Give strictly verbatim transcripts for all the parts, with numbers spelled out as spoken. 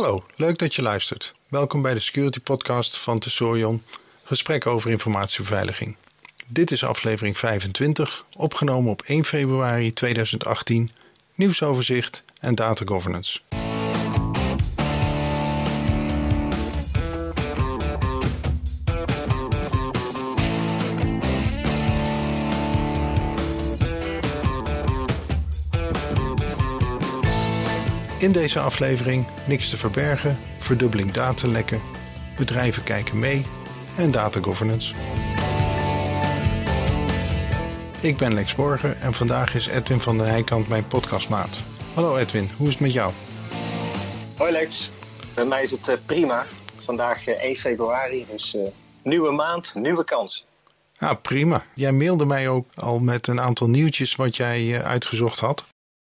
Hallo, leuk dat je luistert. Welkom bij de Security Podcast van Tesorion, gesprek over informatiebeveiliging. Dit is aflevering vijfentwintig, opgenomen op één februari tweeduizend achttien, nieuwsoverzicht en data governance. In deze aflevering niks te verbergen, verdubbeling datalekken, bedrijven kijken mee en data governance. Ik ben Lex Borger en vandaag is Edwin van den Heijkant mijn podcastmaat. Hallo Edwin, hoe is het met jou? Hoi Lex, bij mij is het uh, prima. Vandaag uh, één februari, dus uh, nieuwe maand, nieuwe kans. Ah, prima. Jij mailde mij ook al met een aantal nieuwtjes wat jij uh, uitgezocht had.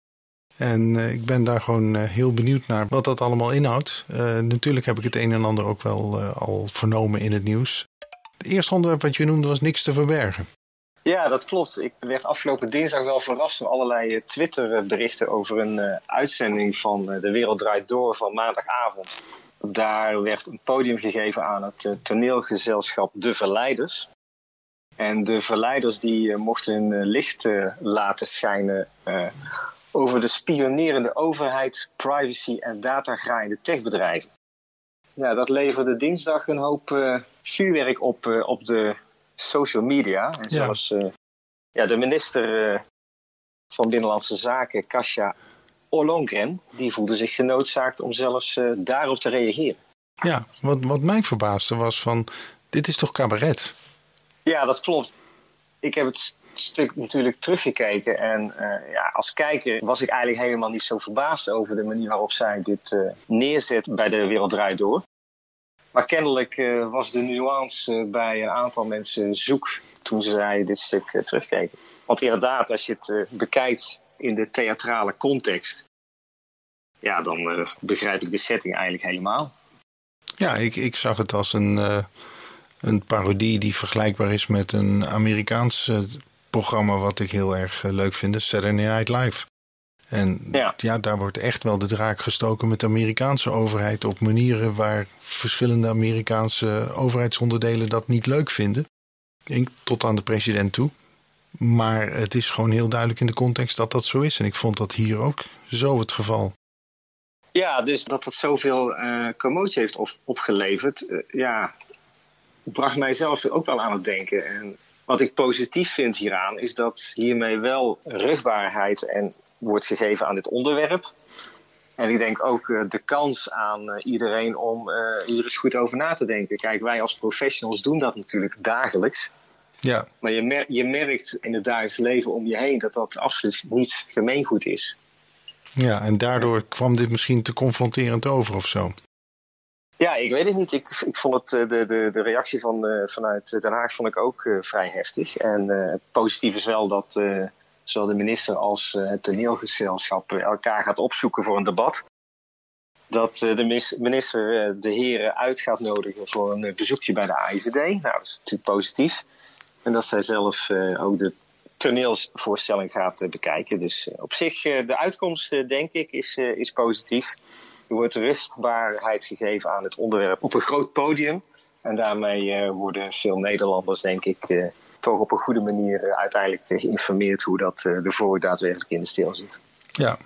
En uh, ik ben daar gewoon uh, heel benieuwd naar wat dat allemaal inhoudt. Uh, natuurlijk heb ik het een en ander ook wel uh, al vernomen in het nieuws. Het eerste onderwerp wat je noemde was niks te verbergen. Ja, dat klopt. Ik werd afgelopen dinsdag wel verrast door allerlei uh, Twitter-berichten over een uh, uitzending van uh, De Wereld Draait Door van maandagavond. Daar werd een podium gegeven aan het uh, toneelgezelschap De Verleiders. En de verleiders die uh, mochten hun uh, licht uh, laten schijnen Uh, over de spionerende overheid, privacy en datagraaiende techbedrijven. Ja, dat leverde dinsdag een hoop uh, vuurwerk op, uh, op de social media. En ja. zelfs uh, ja, de minister uh, van Binnenlandse Zaken, Kasia Ollongren, die voelde zich genoodzaakt om zelfs uh, daarop te reageren. Ja, wat, wat mij verbaasde was van, dit is toch cabaret? Ja, dat klopt. Ik heb het stuk natuurlijk teruggekeken en uh, ja, als kijker was ik eigenlijk helemaal niet zo verbaasd over de manier waarop zij dit uh, neerzet bij De Wereld Draait Door. Maar kennelijk uh, was de nuance uh, bij een aantal mensen zoek toen zij dit stuk uh, terugkeken. Want inderdaad, als je het uh, bekijkt in de theatrale context, ja, dan uh, begrijp ik de setting eigenlijk helemaal. Ja, ik, ik zag het als een, uh, een parodie die vergelijkbaar is met een Amerikaans uh, programma wat ik heel erg uh, leuk vind, Saturday Night Live. En ja. ja, daar wordt echt wel de draak gestoken met de Amerikaanse overheid op manieren waar verschillende Amerikaanse overheidsonderdelen dat niet leuk vinden. Tot aan de president toe. Maar het is gewoon heel duidelijk in de context dat dat zo is. En ik vond dat hier ook zo het geval. Ja, dus dat dat zoveel uh, commotie heeft op, opgeleverd, uh, ja, bracht mij zelf ook wel aan het denken. En wat ik positief vind hieraan is dat hiermee wel rugbaarheid en wordt gegeven aan dit onderwerp. En ik denk ook uh, de kans aan uh, iedereen om uh, hier eens goed over na te denken. Kijk, wij als professionals doen dat natuurlijk dagelijks. Ja. Maar je, mer- je merkt in het dagelijks leven om je heen dat dat absoluut niet gemeengoed is. Ja, en daardoor kwam dit misschien te confronterend over of zo. Ja, ik weet het niet. Ik, ik vond het, de, de, de reactie van, uh, vanuit Den Haag vond ik ook uh, vrij heftig. En uh, positief is wel dat uh, zowel de minister als uh, het toneelgezelschap uh, elkaar gaat opzoeken voor een debat. Dat uh, de minister uh, de heren uit gaat nodigen voor een uh, bezoekje bij de A I V D. Nou, dat is natuurlijk positief. En dat zij zelf uh, ook de toneelvoorstelling gaat uh, bekijken. Dus uh, op zich, uh, de uitkomst uh, denk ik is, uh, is positief. Er wordt rustbaarheid gegeven aan het onderwerp op een groot podium. En daarmee uh, worden veel Nederlanders, denk ik, uh, toch op een goede manier uh, uiteindelijk geïnformeerd hoe dat uh, ervoor daadwerkelijk in de steel zit. Ja.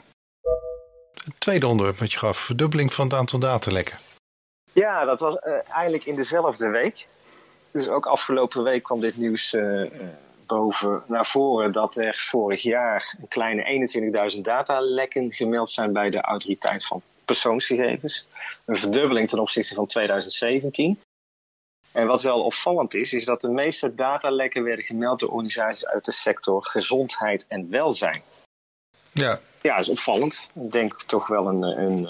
Het tweede onderwerp wat je gaf, verdubbeling van het aantal datalekken. Ja, dat was uh, eigenlijk in dezelfde week. Dus ook afgelopen week kwam dit nieuws uh, uh, boven naar voren dat er vorig jaar een kleine eenentwintigduizend datalekken gemeld zijn bij de autoriteit van persoonsgegevens. Een verdubbeling ten opzichte van tweeduizend zeventien. En wat wel opvallend is, is dat de meeste datalekken werden gemeld door organisaties uit de sector gezondheid en welzijn. Ja. Ja, dat is opvallend. Ik denk toch wel een, een,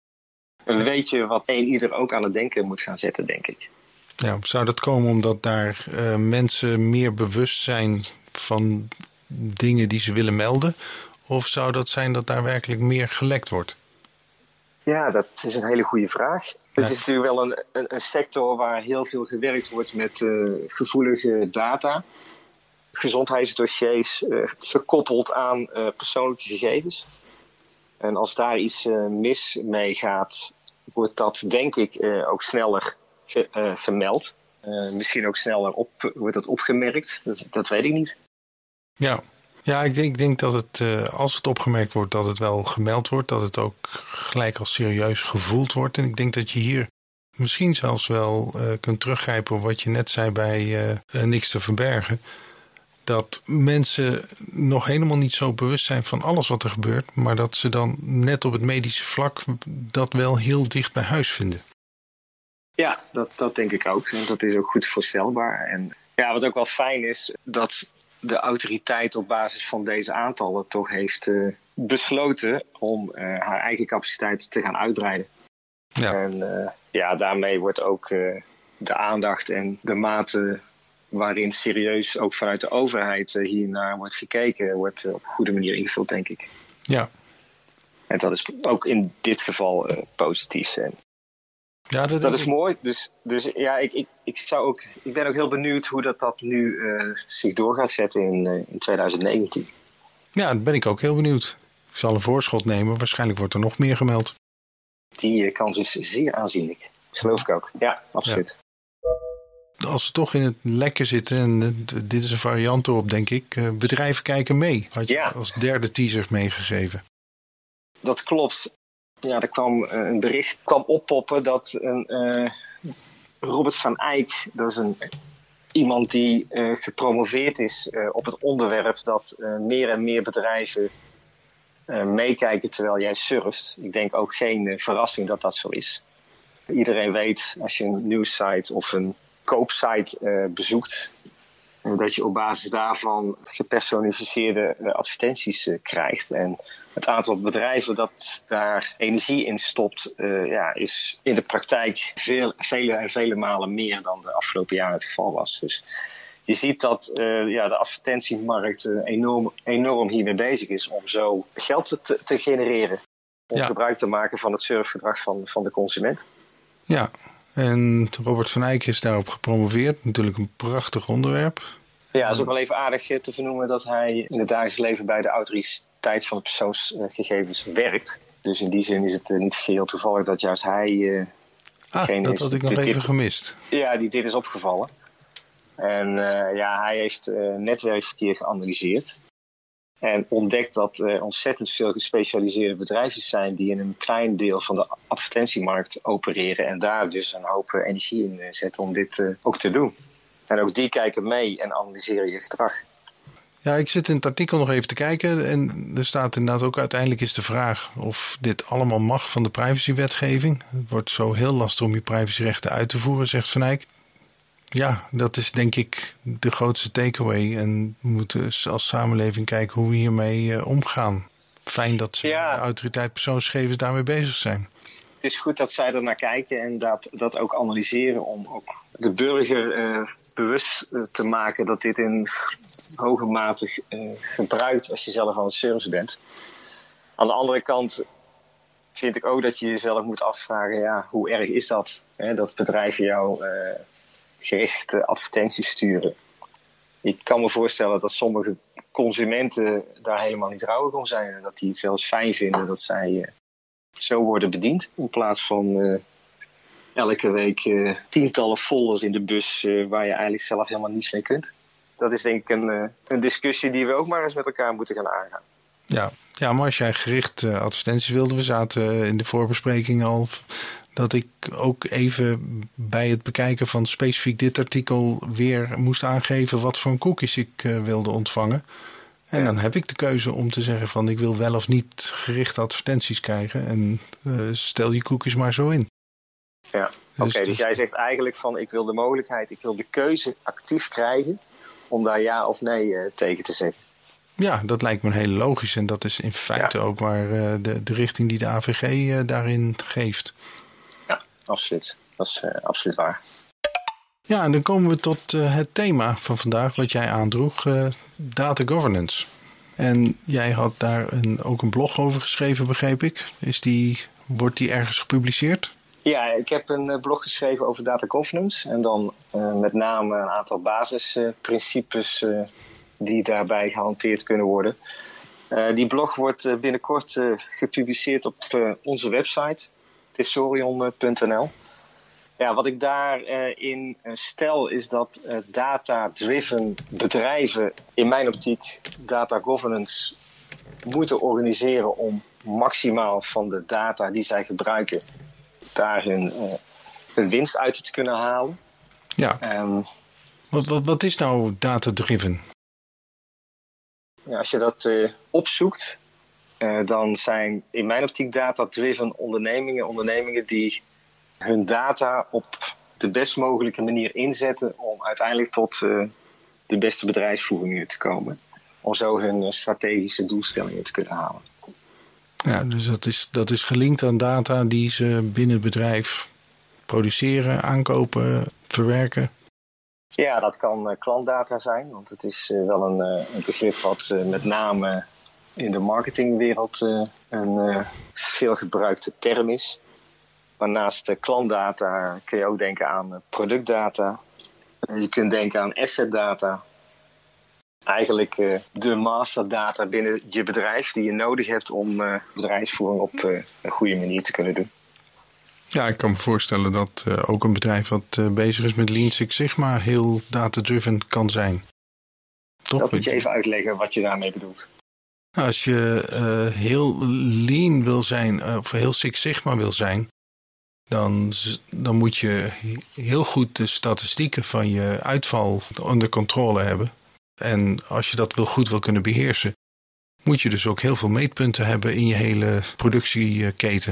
een weetje wat een ieder ook aan het denken moet gaan zetten, denk ik. Ja, zou dat komen omdat daar uh, mensen meer bewust zijn van dingen die ze willen melden? Of zou dat zijn dat daar werkelijk meer gelekt wordt? Ja, dat is een hele goede vraag. Ja. Het is natuurlijk wel een, een, een sector waar heel veel gewerkt wordt met uh, gevoelige data. Gezondheidsdossiers uh, gekoppeld aan uh, persoonlijke gegevens. En als daar iets uh, mis mee gaat, wordt dat denk ik uh, ook sneller ge, uh, gemeld. Uh, misschien ook sneller op, wordt dat opgemerkt. Dat, dat weet ik niet. Ja, ja ik, denk, ik denk dat het, uh, als het opgemerkt wordt, dat het wel gemeld wordt. Dat het ook gelijk als serieus gevoeld wordt. En ik denk dat je hier misschien zelfs wel uh, kunt teruggrijpen op wat je net zei bij uh, uh, Niks te verbergen. Dat mensen nog helemaal niet zo bewust zijn van alles wat er gebeurt. Maar dat ze dan net op het medische vlak dat wel heel dicht bij huis vinden. Ja, dat, dat denk ik ook. En dat is ook goed voorstelbaar. En ja, wat ook wel fijn is, dat de autoriteit op basis van deze aantallen toch heeft uh, besloten om uh, haar eigen capaciteit te gaan uitbreiden. Ja. En uh, ja, daarmee wordt ook uh, de aandacht en de mate waarin serieus ook vanuit de overheid uh, hiernaar wordt gekeken, wordt uh, op een goede manier ingevuld, denk ik. Ja. En dat is ook in dit geval uh, positief. En ja, dat, dat is mooi. Dus, dus ja, ik, ik, ik, zou ook, ik ben ook heel benieuwd hoe dat, dat nu uh, zich door gaat zetten in, uh, in twintig negentien. Ja, dat ben ik ook heel benieuwd. Ik zal een voorschot nemen. Waarschijnlijk wordt er nog meer gemeld. Die uh, kans is zeer aanzienlijk. Geloof ik ook. Ja, absoluut. Ja. Als we toch in het lekker zitten, en uh, dit is een variant erop, denk ik. Uh, bedrijven kijken mee. Had je ja. als derde teaser meegegeven. Dat klopt. Ja, er kwam uh, een bericht kwam oppoppen dat een uh, Robert van Eyck, dat is een iemand die uh, gepromoveerd is uh, op het onderwerp dat uh, meer en meer bedrijven uh, meekijken terwijl jij surft. Ik denk ook geen uh, verrassing dat dat zo is. Iedereen weet, als je een nieuwssite of een koopsite uh, bezoekt, uh, dat je op basis daarvan gepersonaliseerde uh, advertenties uh, krijgt. En het aantal bedrijven dat daar energie in stopt, uh, ja, is in de praktijk veel, vele en vele malen meer dan de afgelopen jaren het geval was. Dus je ziet dat uh, ja, de advertentiemarkt uh, enorm, enorm hiermee bezig is om zo geld te, te genereren. Om ja. gebruik te maken van het surfgedrag van, van de consument. Ja, en Robert van Eyck is daarop gepromoveerd. Natuurlijk een prachtig onderwerp. Ja, het is ook wel even aardig te vernoemen dat hij in het dagelijks leven bij de autoriteit van de persoonsgegevens werkt. Dus in die zin is het niet geheel toevallig dat juist hij... Uh, ah, dat is, had ik nog dit, even gemist. Ja, die, dit is opgevallen. En uh, ja, hij heeft uh, netwerkverkeer geanalyseerd. En ontdekt dat er ontzettend veel gespecialiseerde bedrijven zijn die in een klein deel van de advertentiemarkt opereren. En daar dus een hoop energie in zetten om dit uh, ook te doen. En ook die kijken mee en analyseren je gedrag. Ja, ik zit in het artikel nog even te kijken. En er staat inderdaad ook uiteindelijk is de vraag of dit allemaal mag van de privacywetgeving. Het wordt zo heel lastig om je privacyrechten uit te voeren, zegt Van Eyck. Ja, dat is denk ik de grootste takeaway. En we moeten als samenleving kijken hoe we hiermee uh, omgaan. Fijn dat ze ja. de autoriteit persoonsgegevens daarmee bezig zijn. Het is goed dat zij er naar kijken en dat, dat ook analyseren om ook de burger uh, bewust uh, te maken dat dit in hoge mate uh, gebruikt als je zelf aan het surfen bent. Aan de andere kant vind ik ook dat je jezelf moet afvragen, ja, hoe erg is dat? Hè, dat bedrijven jou uh, gerichte advertenties sturen. Ik kan me voorstellen dat sommige consumenten daar helemaal niet rouwig om zijn en dat die het zelfs fijn vinden dat zij uh, zo worden bediend in plaats van uh, elke week uh, tientallen folders in de bus uh, waar je eigenlijk zelf helemaal niets mee kunt. Dat is denk ik een, uh, een discussie die we ook maar eens met elkaar moeten gaan aangaan. Ja, ja, maar als jij gericht uh, advertenties wilde, we zaten in de voorbespreking al dat ik ook even bij het bekijken van specifiek dit artikel weer moest aangeven wat voor cookies ik uh, wilde ontvangen. En ja. dan heb ik de keuze om te zeggen van ik wil wel of niet gerichte advertenties krijgen. En uh, stel je cookies maar zo in. Ja, oké. Okay, dus, dus jij zegt eigenlijk van ik wil de mogelijkheid, ik wil de keuze actief krijgen om daar ja of nee uh, tegen te zeggen. Ja, dat lijkt me heel logisch. En dat is in feite ja. ook waar uh, de, de richting die de A V G uh, daarin geeft. Ja, absoluut. Dat is uh, absoluut waar. Ja, en dan komen we tot uh, het thema van vandaag wat jij aandroeg, uh, data governance. En jij had daar een, ook een blog over geschreven, begreep ik. Is die, wordt die ergens gepubliceerd? Ja, ik heb een uh, blog geschreven over data governance. En dan uh, met name een aantal basisprincipes uh, die daarbij gehanteerd kunnen worden. Uh, die blog wordt uh, binnenkort uh, gepubliceerd op uh, onze website. tesorion punt n l. Ja, wat ik daarin uh, stel is dat uh, data-driven bedrijven in mijn optiek data governance moeten organiseren om maximaal van de data die zij gebruiken daar hun, uh, hun winst uit te kunnen halen. Ja. Um, wat, wat, wat is nou data-driven? Ja, als je dat uh, opzoekt, uh, dan zijn in mijn optiek data-driven ondernemingen, ondernemingen die hun data op de best mogelijke manier inzetten om uiteindelijk tot uh, de beste bedrijfsvoeringen te komen. Om zo hun uh, strategische doelstellingen te kunnen halen. Ja, dus dat is, dat is gelinkt aan data die ze binnen het bedrijf produceren, aankopen, verwerken. Ja, dat kan uh, klantdata zijn, want het is uh, wel een, uh, een begrip wat uh, met name in de marketingwereld uh, een uh, veel gebruikte term is. Maar naast uh, klantdata kun je ook denken aan uh, productdata. Uh, je kunt denken aan assetdata. Eigenlijk uh, de masterdata binnen je bedrijf die je nodig hebt om uh, bedrijfsvoering op uh, een goede manier te kunnen doen. Ja, ik kan me voorstellen dat uh, ook een bedrijf wat uh, bezig is met Lean Six Sigma heel data-driven kan zijn. Toch? Dat moet je even uitleggen wat je daarmee bedoelt. Als je uh, heel lean wil zijn, uh, of heel Six Sigma wil zijn, dan, dan moet je heel goed de statistieken van je uitval onder controle hebben. En als je dat wil goed wil kunnen beheersen, moet je dus ook heel veel meetpunten hebben in je hele productieketen.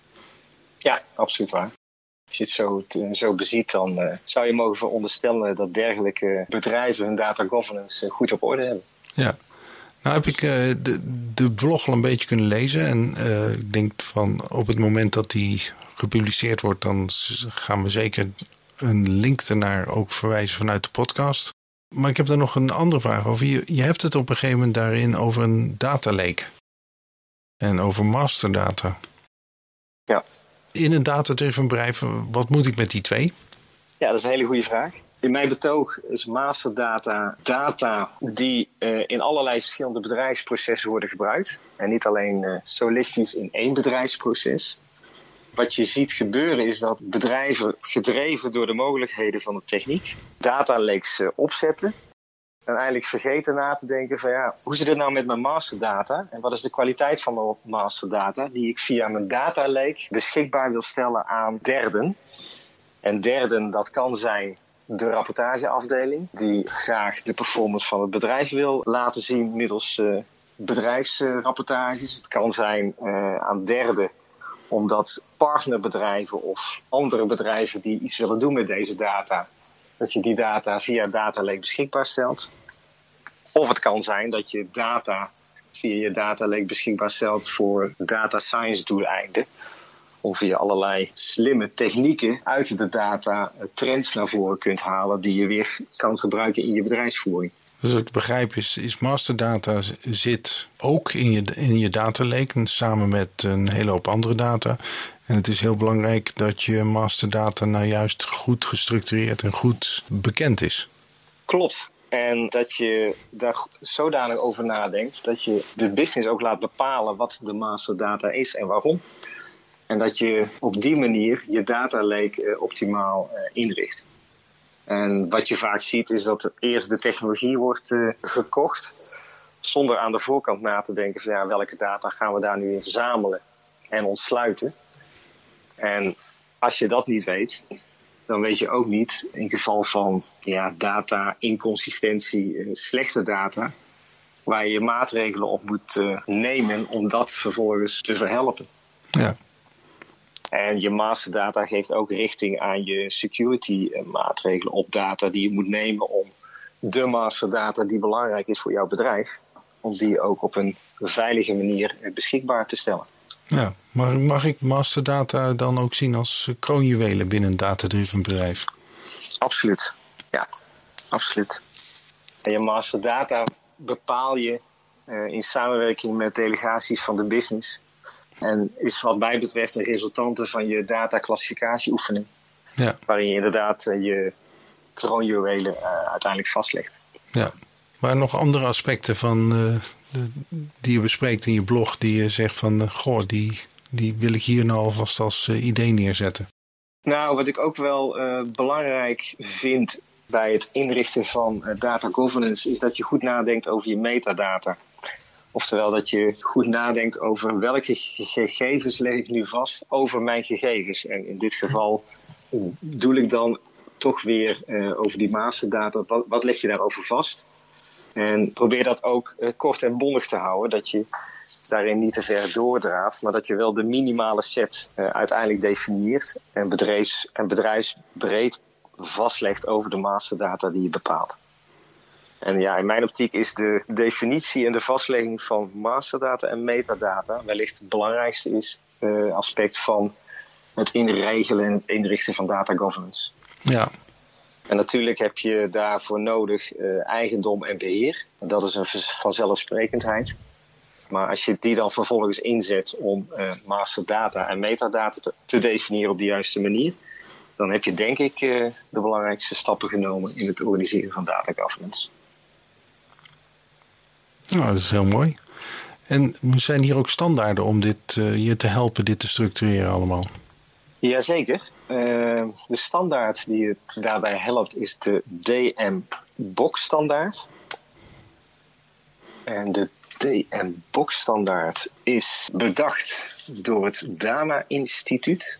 Ja, absoluut waar. Als je het zo, zo beziet, dan uh, zou je mogen veronderstellen dat dergelijke bedrijven hun data governance uh, goed op orde hebben. Ja, nou heb ik uh, de, de blog al een beetje kunnen lezen. En uh, ik denk van op het moment dat die gepubliceerd wordt, dan gaan we zeker een link ernaar ook verwijzen vanuit de podcast. Maar ik heb daar nog een andere vraag over. Je, je hebt het op een gegeven moment daarin over een data lake. En over masterdata. Ja. In een data-driven bedrijf, wat moet ik met die twee? Ja, dat is een hele goede vraag. In mijn betoog is masterdata data die uh, in allerlei verschillende bedrijfsprocessen worden gebruikt. En niet alleen uh, solistisch in één bedrijfsproces. Wat je ziet gebeuren is dat bedrijven gedreven door de mogelijkheden van de techniek data lakes uh, opzetten. En eigenlijk vergeten na te denken van ja, hoe zit het nou met mijn masterdata? En wat is de kwaliteit van mijn masterdata die ik via mijn data lake beschikbaar wil stellen aan derden? En derden, dat kan zijn de rapportageafdeling, die graag de performance van het bedrijf wil laten zien middels uh, bedrijfsrapportages. Het kan zijn uh, aan derden, omdat partnerbedrijven of andere bedrijven die iets willen doen met deze data, dat je die data via data lake beschikbaar stelt. Of het kan zijn dat je data via je data lake beschikbaar stelt voor data science doeleinden. Of via allerlei slimme technieken uit de data trends naar voren kunt halen die je weer kan gebruiken in je bedrijfsvoering. Dus wat ik begrijp is, is masterdata zit ook in je, in je data lake samen met een hele hoop andere data. En het is heel belangrijk dat je masterdata nou juist goed gestructureerd en goed bekend is. Klopt. En dat je daar zodanig over nadenkt dat je de business ook laat bepalen wat de masterdata is en waarom. En dat je op die manier je data lake optimaal inricht. En wat je vaak ziet is dat eerst de technologie wordt uh, gekocht, zonder aan de voorkant na te denken van ja, welke data gaan we daar nu in verzamelen en ontsluiten. En als je dat niet weet, dan weet je ook niet in geval van ja, data, inconsistentie, uh, slechte data, waar je je maatregelen op moet uh, nemen om dat vervolgens te verhelpen. Ja. En je masterdata geeft ook richting aan je security maatregelen op data die je moet nemen om de masterdata die belangrijk is voor jouw bedrijf, om die ook op een veilige manier beschikbaar te stellen. Ja, maar mag ik masterdata dan ook zien als kroonjuwelen binnen een data-driven bedrijf? Absoluut, ja, absoluut. En je masterdata bepaal je uh, in samenwerking met delegaties van de business. En is wat mij betreft een resultante van je dataclassificatieoefening. Ja. Waarin je inderdaad uh, je kroonjuwelen uh, uiteindelijk vastlegt. Ja, maar nog andere aspecten van, uh, de, die je bespreekt in je blog, die je zegt van, uh, goh, die die wil ik hier nou alvast als uh, idee neerzetten. Nou, wat ik ook wel uh, belangrijk vind bij het inrichten van uh, data governance is dat je goed nadenkt over je metadata. Oftewel dat je goed nadenkt over welke gegevens leg ik nu vast over mijn gegevens. En in dit geval doe ik dan toch weer uh, over die masterdata. Wat, wat leg je daarover vast? En probeer dat ook uh, kort en bondig te houden. Dat je daarin niet te ver doordraaft. Maar dat je wel de minimale set uh, uiteindelijk definieert. En, bedrijfs, en bedrijfsbreed vastlegt over de masterdata die je bepaalt. En ja, in mijn optiek is de definitie en de vastlegging van masterdata en metadata wellicht het belangrijkste is, uh, aspect van het inregelen en het inrichten van data governance. Ja. En natuurlijk heb je daarvoor nodig uh, eigendom en beheer. En dat is een vanzelfsprekendheid. Maar als je die dan vervolgens inzet om uh, masterdata en metadata te, te definiëren op de juiste manier, dan heb je denk ik uh, de belangrijkste stappen genomen in het organiseren van data governance. Nou, dat is heel mooi. En zijn hier ook standaarden om dit, uh, je te helpen dit te structureren allemaal? Jazeker. Uh, de standaard die het daarbij helpt is de D M B O C standaard. En de D M B O C standaard is bedacht door het D A M A-instituut.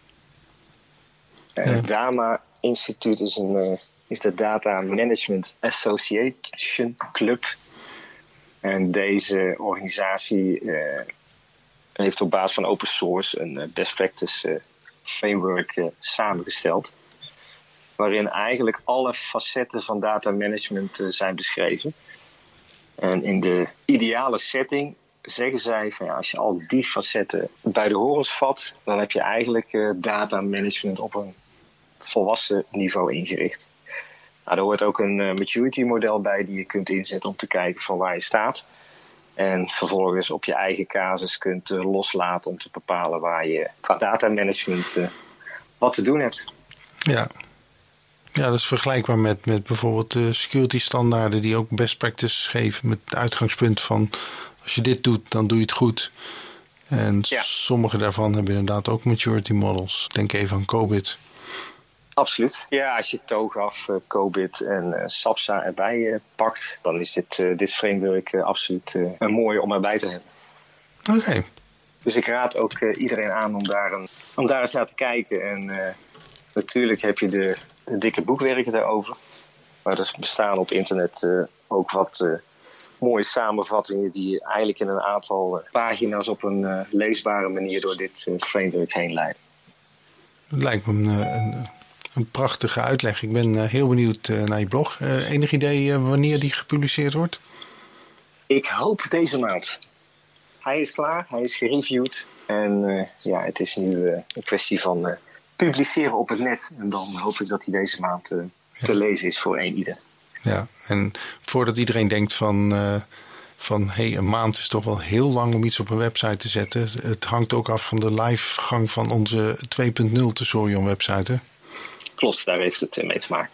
En het D A M A-instituut is, een, uh, is de Data Management Association Club. En deze organisatie uh, heeft op basis van open source een uh, best practice uh, framework uh, samengesteld. Waarin eigenlijk alle facetten van data management uh, zijn beschreven. En in de ideale setting zeggen zij van ja, als je al die facetten bij de horens vat, dan heb je eigenlijk uh, data management op een volwassen niveau ingericht. Nou, er hoort ook een uh, maturity model bij die je kunt inzetten om te kijken van waar je staat. En vervolgens op je eigen casus kunt uh, loslaten om te bepalen waar je qua data management uh, wat te doen hebt. Ja. Ja, dat is vergelijkbaar met, met bijvoorbeeld de security standaarden die ook best practice geven met het uitgangspunt van als je dit doet, dan doe je het goed. En ja. Sommige daarvan hebben inderdaad ook maturity models. Denk even aan COBIT. Absoluut. Ja, als je TOGAF, uh, COBIT en uh, SAPSA erbij uh, pakt, dan is dit, uh, dit framework uh, absoluut uh, een mooie om erbij te hebben. Oké. Okay. Dus ik raad ook uh, iedereen aan om daar, een, om daar eens naar te kijken. En uh, natuurlijk heb je de, de dikke boekwerken daarover. Maar er bestaan op internet uh, ook wat uh, mooie samenvattingen die eigenlijk in een aantal uh, pagina's op een uh, leesbare manier door dit uh, framework heen leiden. Het lijkt me een, een, een prachtige uitleg. Ik ben uh, heel benieuwd uh, naar je blog. Uh, enig idee uh, wanneer die gepubliceerd wordt? Ik hoop deze maand. Hij is klaar, hij is gereviewd. En uh, ja, het is nu uh, een kwestie van uh, publiceren op het net. En dan hoop ik dat hij deze maand uh, te ja. lezen is voor een ieder. Ja, en voordat iedereen denkt van, uh, van hey, een maand is toch wel heel lang om iets op een website te zetten. Het hangt ook af van de livegang van onze twee punt nul Tesorion website, hè? Klopt, daar heeft het mee te maken.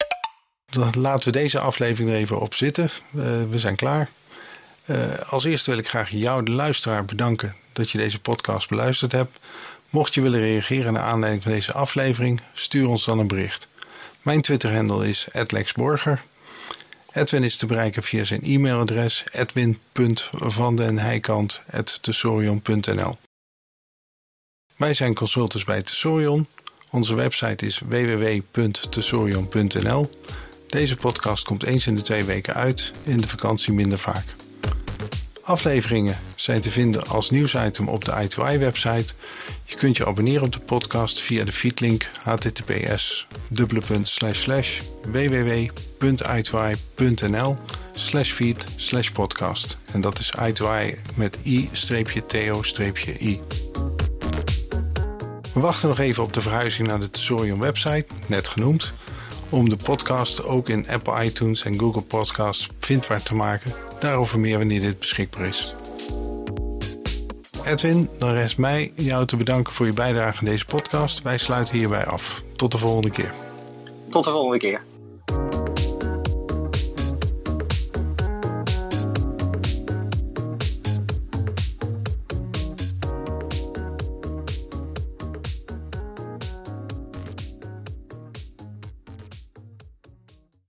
Dan laten we deze aflevering er even op zitten. Uh, we zijn klaar. Uh, als eerste wil ik graag jou, de luisteraar, bedanken dat je deze podcast beluisterd hebt. Mocht je willen reageren naar aanleiding van deze aflevering, stuur ons dan een bericht. Mijn Twitter-handle is at lexborger. Edwin is te bereiken via zijn e-mailadres edwin punt vandenheikant at tesorion punt n l. Wij zijn consultants bij Tesorion. Onze website is w w w punt tesorion punt n l. Deze podcast komt eens in de twee weken uit, in de vakantie minder vaak. Afleveringen zijn te vinden als nieuwsitem op de I twee I website. Je kunt je abonneren op de podcast via de feedlink https slash www punt i twee i punt n l slash feed slash podcast. En dat is I twee I met i-to-i. We wachten nog even op de verhuizing naar de Tesorion website, net genoemd, om de podcast ook in Apple iTunes en Google Podcasts vindbaar te maken. Daarover meer wanneer dit beschikbaar is. Edwin, dan rest mij jou te bedanken voor je bijdrage aan deze podcast. Wij sluiten hierbij af. Tot de volgende keer. Tot de volgende keer.